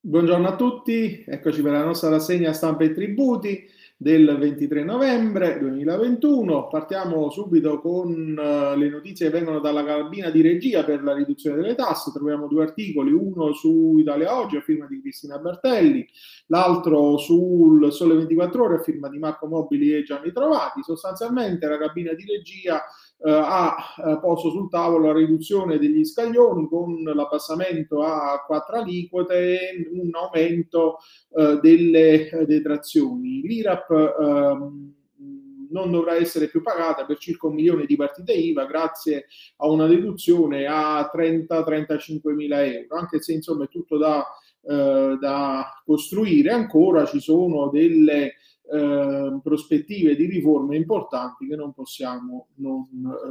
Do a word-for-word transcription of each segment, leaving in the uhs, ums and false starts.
Buongiorno a tutti, eccoci per la nostra rassegna stampa e tributi del ventitré novembre duemilaventuno. Partiamo subito con uh, le notizie che vengono dalla cabina di regia per la riduzione delle tasse. Troviamo due articoli, uno su Italia Oggi a firma di Cristina Bertelli, l'altro sul Sole ventiquattro Ore a firma di Marco Mobili e Gianni Trovati. Sostanzialmente la cabina di regia Uh, ha uh, posto sul tavolo la riduzione degli scaglioni con l'abbassamento a quattro aliquote e un aumento uh, delle uh, detrazioni. L'I R A P uh, non dovrà essere più pagata per circa un milione di partite I V A grazie a una deduzione a trenta trentacinque mila euro, anche se insomma è tutto da, uh, da costruire ancora, ci sono delle Eh, prospettive di riforme importanti che non possiamo non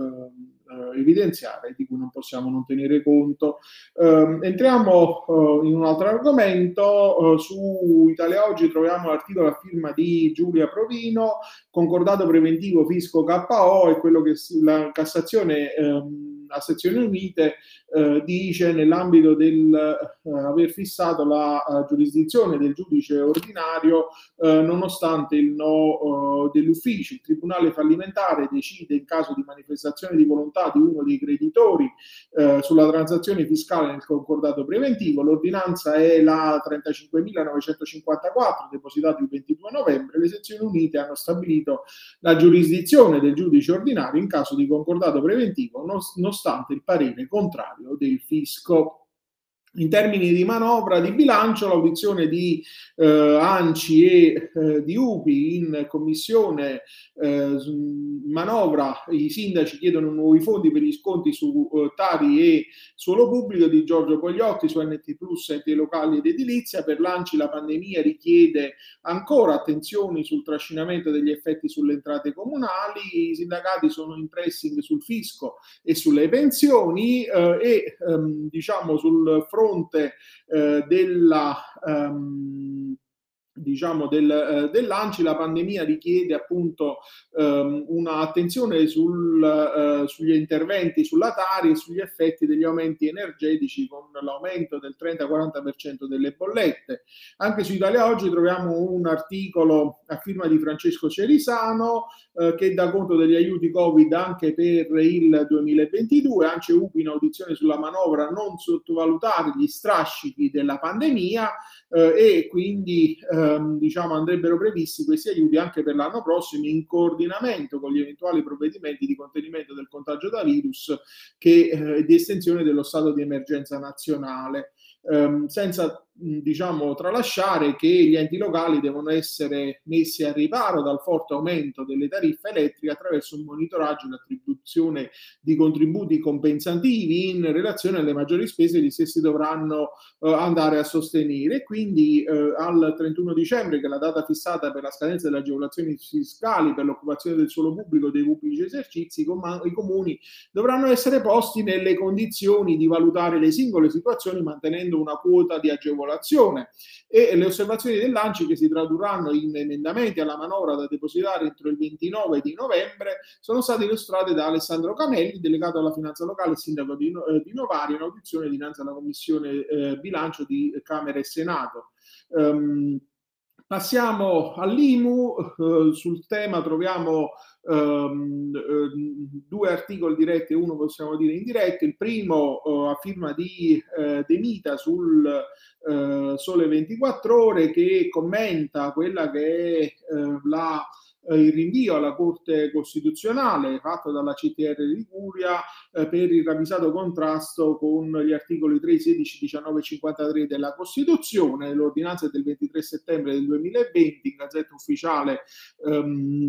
eh, evidenziare, di cui non possiamo non tenere conto. Eh, entriamo eh, in un altro argomento. Eh, su Italia Oggi troviamo l'articolo a firma di Giulia Provino, concordato preventivo fisco K O, è quello che la Cassazione ehm, a sezioni unite eh, dice nell'ambito del eh, aver fissato la uh, giurisdizione del giudice ordinario eh, nonostante il no uh, dell'ufficio. Il Tribunale fallimentare decide in caso di manifestazione di volontà di uno dei creditori eh, sulla transazione fiscale nel concordato preventivo. L'ordinanza è la trentacinquemilanovecentocinquantaquattro depositata il ventidue novembre. Le sezioni unite hanno stabilito la giurisdizione del giudice ordinario in caso di concordato preventivo nonostante il parere contrario del fisco. In termini di manovra di bilancio, l'audizione di eh, ANCI e eh, di U P I in commissione eh, manovra, i sindaci chiedono nuovi fondi per gli sconti su eh, Tari e suolo pubblico di Giorgio Pogliotti, su N T Plus, enti locali ed edilizia. Per l'ANCI la pandemia richiede ancora attenzioni sul trascinamento degli effetti sulle entrate comunali, i sindacati sono in pressing sul fisco e sulle pensioni eh, e ehm, diciamo sul fronte fronte eh, della um, diciamo del, eh, dell'ANCI la pandemia richiede appunto ehm, un'attenzione sul, eh, sugli interventi sulla Tari e sugli effetti degli aumenti energetici con l'aumento del trenta quaranta per cento delle bollette. Anche su Italia Oggi troviamo un articolo a firma di Francesco Cerisano eh, che dà conto degli aiuti Covid anche per il duemilaventidue. ANCI e U P I in audizione sulla manovra, non sottovalutare gli strascichi della pandemia eh, e quindi eh, diciamo andrebbero previsti questi aiuti anche per l'anno prossimo in coordinamento con gli eventuali provvedimenti di contenimento del contagio da virus che eh, di estensione dello stato di emergenza nazionale. Um, senza diciamo tralasciare che gli enti locali devono essere messi a riparo dal forte aumento delle tariffe elettriche attraverso un monitoraggio e l'attribuzione di contributi compensativi in relazione alle maggiori spese che gli stessi dovranno uh, andare a sostenere. Quindi uh, al trentuno dicembre, che è la data fissata per la scadenza delle agevolazioni fiscali per l'occupazione del suolo pubblico dei pubblici esercizi, i, com- i comuni dovranno essere posti nelle condizioni di valutare le singole situazioni mantenendo una quota di agevolazione, e le osservazioni dell'ANCI, che si tradurranno in emendamenti alla manovra da depositare entro il ventinove di novembre, sono state illustrate da Alessandro Canelli, delegato alla finanza locale e sindaco di, eh, di Novara, in audizione dinanzi alla commissione eh, bilancio di Camera e Senato. Um, Passiamo all'I M U, eh, sul tema troviamo ehm, eh, due articoli diretti e uno possiamo dire indiretto. Il primo eh, a firma di eh, De Mita sul eh, Sole ventiquattro Ore, che commenta quella che è eh, la il rinvio alla Corte Costituzionale fatto dalla C T R di Liguria eh, per il ravvisato contrasto con gli articoli tre, sedici, diciannove e cinquantatré della Costituzione. L'ordinanza è del ventitré settembre del duemilaventi, in Gazzetta Ufficiale ehm,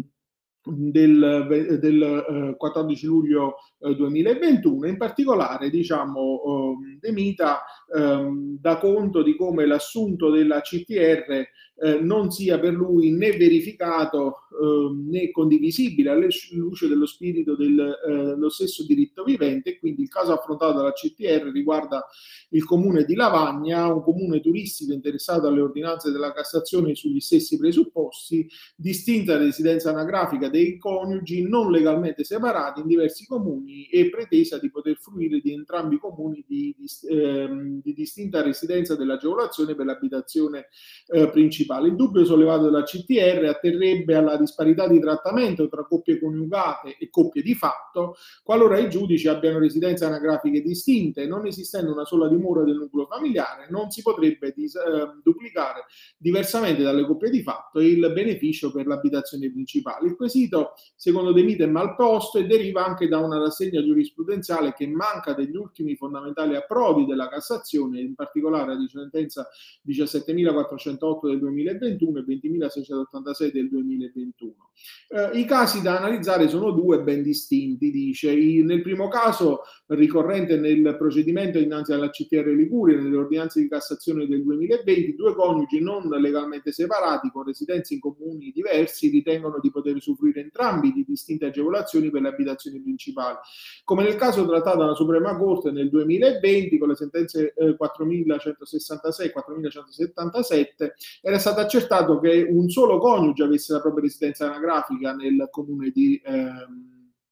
del, del eh, quattordici luglio eh, duemilaventuno. In particolare, diciamo, eh, De Mita ehm, dà conto di come l'assunto della C T R eh, non sia per lui né verificato eh, né condivisibile alla luce dello spirito dello eh, stesso diritto vivente. E quindi il caso affrontato dalla C T R riguarda il comune di Lavagna, un comune turistico interessato alle ordinanze della Cassazione sugli stessi presupposti, distinta residenza anagrafica dei coniugi non legalmente separati in diversi comuni e pretesa di poter fruire di entrambi i comuni di, di, ehm, di distinta residenza dell'agevolazione per l'abitazione eh, principale. Il dubbio sollevato dalla C T R atterrebbe alla disparità di trattamento tra coppie coniugate e coppie di fatto, qualora i giudici abbiano residenze anagrafiche distinte. Non esistendo una sola dimora del nucleo familiare, non si potrebbe dis- eh, duplicare diversamente dalle coppie di fatto il beneficio per l'abitazione principale. Il quesito, secondo De Mita, è mal posto e deriva anche da una rassegna giurisprudenziale che manca degli ultimi fondamentali approdi della Cassazione, in particolare la sentenza diciassettemilaquattrocentotto del duemilaventuno e ventimilaseicentottantasei del duemilaventuno. Eh, I casi da analizzare sono due ben distinti, dice. I, nel primo caso, ricorrente nel procedimento innanzi alla C T R Liguria, nelle ordinanze di Cassazione del duemilaventi, due coniugi non legalmente separati con residenze in comuni diversi ritengono di poter usufruire entrambi di distinte agevolazioni per le abitazioni principali, come nel caso trattato dalla Suprema Corte nel duemilaventi con le sentenze eh, quattromilacentosessantasei e quattromilacentosettantasette. Era stato accertato che un solo coniuge avesse la propria residenza anagrafica nel comune di ehm,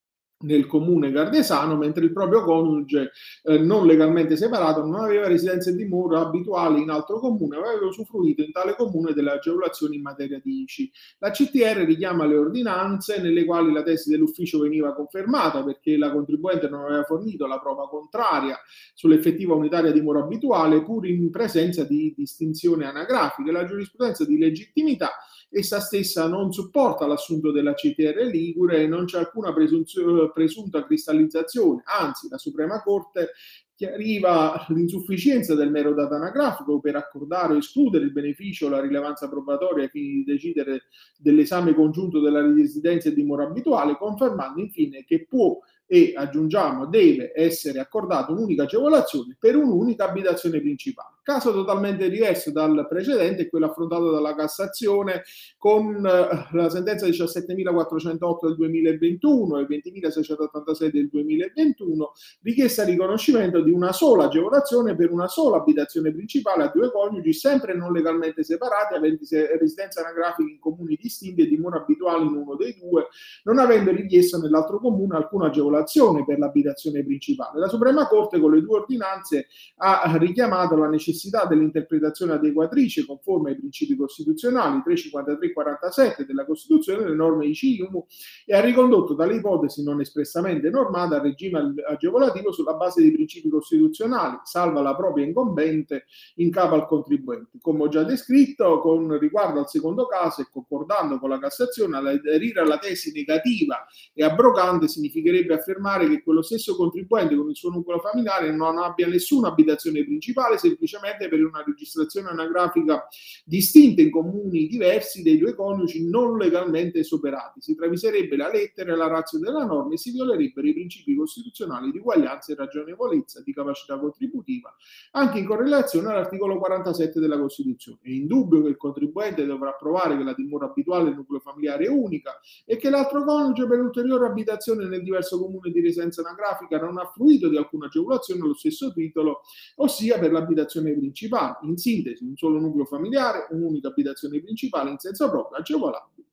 nel comune gardesano, mentre il proprio coniuge eh, non legalmente separato non aveva residenza e dimora abituale in altro comune, aveva usufruito in tale comune delle agevolazioni in materia di I C I. La C T R richiama le ordinanze nelle quali la tesi dell'ufficio veniva confermata perché la contribuente non aveva fornito la prova contraria sull'effettiva unitaria dimora abituale, pur in presenza di distinzione anagrafica. La giurisprudenza di legittimità essa stessa non supporta l'assunto della C T R Ligure e non c'è alcuna presunta cristallizzazione, anzi la Suprema Corte chiariva l'insufficienza del mero dato anagrafico per accordare o escludere il beneficio o la rilevanza probatoria ai fini di decidere dell'esame congiunto della residenza e dimora abituale, confermando infine che può e, aggiungiamo, deve essere accordata un'unica agevolazione per un'unica abitazione principale. Caso totalmente diverso dal precedente è quello affrontato dalla Cassazione con eh, la sentenza diciassettemilaquattrocentotto del duemilaventuno e ventimilaseicentottantasei del duemilaventuno, richiesta riconoscimento di una sola agevolazione per una sola abitazione principale a due coniugi sempre non legalmente separati, aventi residenza anagrafica in comuni distinti e dimora abituale in uno dei due, non avendo richiesto nell'altro comune alcuna agevolazione per l'abitazione principale. La Suprema Corte con le due ordinanze ha richiamato la necessità dell'interpretazione adeguatrice conforme ai principi costituzionali trecentocinquantatré e quarantasette della Costituzione, le norme I C I U M U, e ha ricondotto tale ipotesi non espressamente normata al regime agevolativo sulla base dei principi costituzionali, salva la propria incombente in capo al contribuente. Come ho già descritto, con riguardo al secondo caso e concordando con la Cassazione, aderire alla tesi negativa e abrogante significherebbe affermare che quello stesso contribuente con il suo nucleo familiare non abbia nessuna abitazione principale semplicemente per una registrazione anagrafica distinta in comuni diversi dei due coniugi non legalmente separati. Si traviserebbe la lettera e la ratio della norma e si violerebbero i principi costituzionali di uguaglianza e ragionevolezza di capacità contributiva, anche in correlazione all'articolo quarantasette della Costituzione. È indubbio che il contribuente dovrà provare che la dimora abituale del nucleo familiare è unica e che l'altro coniuge per ulteriore abitazione nel diverso comune di residenza anagrafica non ha fruito di alcuna agevolazione allo stesso titolo, ossia per l'abitazione principale. In sintesi, un solo nucleo familiare, un'unica abitazione principale in senso proprio, agevolabile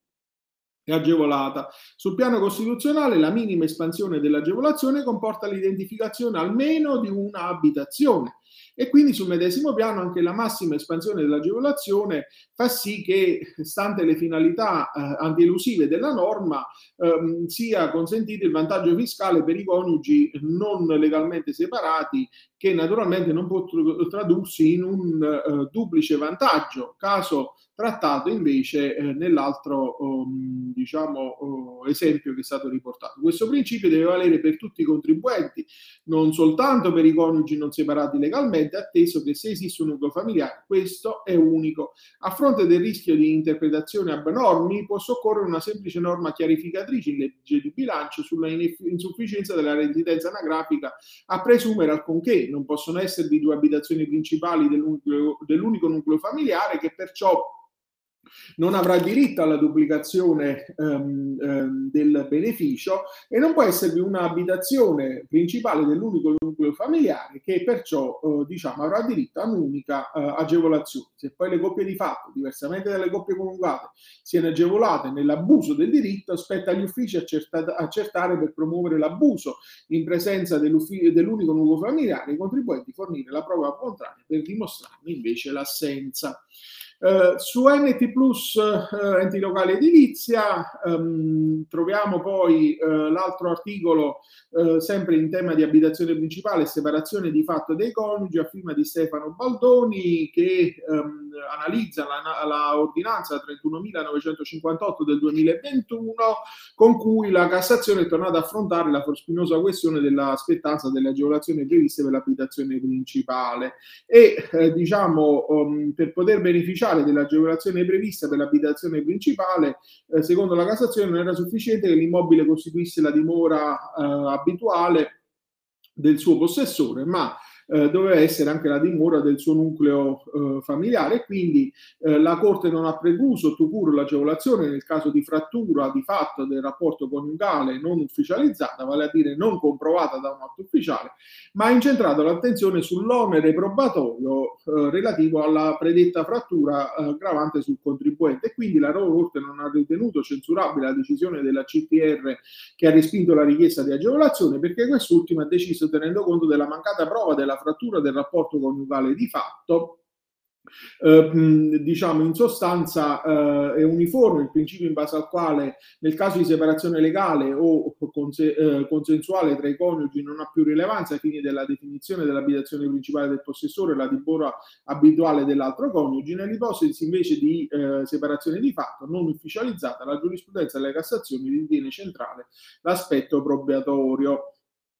e agevolata. Sul piano costituzionale, la minima espansione dell'agevolazione comporta l'identificazione almeno di una abitazione. E quindi sul medesimo piano anche la massima espansione dell'agevolazione fa sì che, stante le finalità eh, antielusive della norma, ehm, sia consentito il vantaggio fiscale per i coniugi non legalmente separati, che naturalmente non può tradursi in un eh, duplice vantaggio, caso trattato invece eh, nell'altro um, diciamo, uh, esempio che è stato riportato. Questo principio deve valere per tutti i contribuenti, non soltanto per i coniugi non separati legalmente, atteso che se esiste un nucleo familiare, questo è unico. A fronte del rischio di interpretazioni abnormi, può soccorrere una semplice norma chiarificatrice in legge di bilancio sulla insufficienza della residenza anagrafica a presumere alcunché. Non possono esservi due abitazioni principali del nucleo, dell'unico nucleo familiare, che perciò non avrà diritto alla duplicazione ehm, ehm, del beneficio e non può esservi un'abitazione principale dell'unico nucleo familiare che perciò eh, diciamo, avrà diritto a un'unica eh, agevolazione. Se poi le coppie di fatto, diversamente dalle coppie coniugate, siano agevolate nell'abuso del diritto, spetta agli uffici accerta- accertare per promuovere l'abuso in presenza dell'unico nucleo familiare, i contribuenti fornire la prova contraria per dimostrarne invece l'assenza. Uh, su N T Plus uh, enti locali edilizia um, troviamo poi uh, l'altro articolo uh, sempre in tema di abitazione principale e separazione di fatto dei coniugi a firma di Stefano Baldoni che um, analizza la, la ordinanza trentunomilanovecentoscinquantotto del duemilaventuno con cui la Cassazione è tornata ad affrontare la spinosa questione della spettanza delle agevolazioni previste per l'abitazione principale e eh, diciamo um, per poter beneficiare dell'agevolazione prevista per l'abitazione principale, eh, secondo la Cassazione non era sufficiente che l'immobile costituisse la dimora eh, abituale del suo possessore, ma eh, doveva essere anche la dimora del suo nucleo eh, familiare, quindi eh, la Corte non ha precluso tu pure l'agevolazione nel caso di frattura di fatto del rapporto coniugale non ufficializzata, vale a dire non comprovata da un atto ufficiale, ma ha incentrato l'attenzione sull'onere probatorio eh, relativo alla predetta frattura eh, gravante sul contribuente e quindi la Corte non ha ritenuto censurabile la decisione della C T R che ha respinto la richiesta di agevolazione perché quest'ultima ha deciso tenendo conto della mancata prova della frattura del rapporto coniugale di fatto. Eh, diciamo in sostanza eh, è uniforme il principio in base al quale nel caso di separazione legale o conse- eh, consensuale tra i coniugi non ha più rilevanza ai fini della definizione dell'abitazione principale del possessore e la dimora abituale dell'altro coniuge. Nell'ipotesi invece di eh, separazione di fatto non ufficializzata, la giurisprudenza delle Cassazioni ritiene centrale l'aspetto probatorio.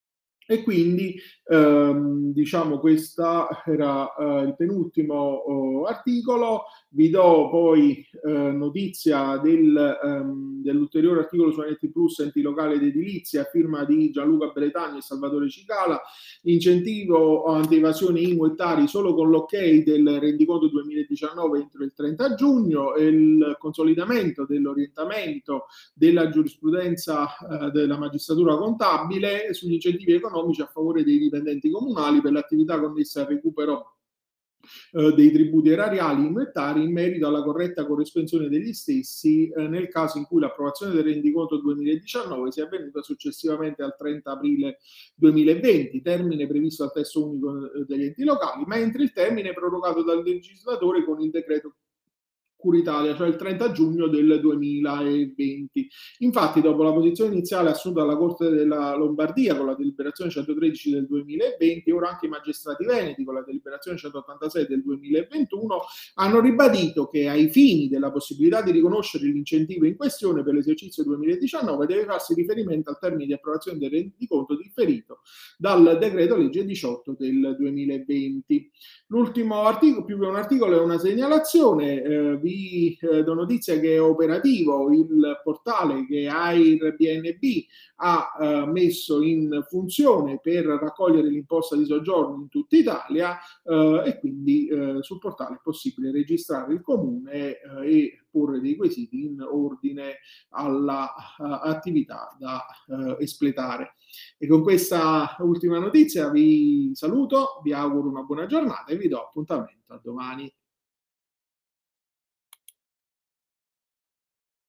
E quindi ehm, diciamo questo era eh, il penultimo oh, articolo. Vi do poi eh, notizia del, um, dell'ulteriore articolo su N T Plus, enti locali ed edilizia, a firma di Gianluca Beretagni e Salvatore Cicala, incentivo anti-evasione I M U e Tari solo con l'ok del rendiconto duemiladiciannove entro il trenta giugno e il consolidamento dell'orientamento della giurisprudenza eh, della magistratura contabile sugli incentivi economici a favore dei dipendenti comunali per l'attività connessa al recupero eh, dei tributi erariali inventari in merito alla corretta corresponsione degli stessi eh, nel caso in cui l'approvazione del rendiconto duemiladiciannove sia avvenuta successivamente al trenta aprile duemilaventi, termine previsto dal testo unico degli enti locali, mentre il termine è prorogato dal legislatore con il decreto Curitalia, cioè il trenta giugno del duemilaventi. Infatti, dopo la posizione iniziale assunta dalla Corte della Lombardia con la deliberazione centotredici del duemilaventi, ora anche i magistrati veneti con la deliberazione centottantasei del duemilaventuno hanno ribadito che ai fini della possibilità di riconoscere l'incentivo in questione per l'esercizio duemiladiciannove deve farsi riferimento al termine di approvazione del rendiconto differito dal decreto legge diciotto del duemilaventi. L'ultimo articolo, più che un articolo, è una segnalazione. Eh, vi eh, do notizia che è operativo il portale che Airbnb ha eh, messo in funzione per raccogliere l'imposta di soggiorno in tutta Italia eh, e quindi eh, sul portale è possibile registrare il comune eh, e porre dei quesiti in ordine all'attività da uh, espletare. E con questa ultima notizia vi saluto, vi auguro una buona giornata e vi do appuntamento a domani.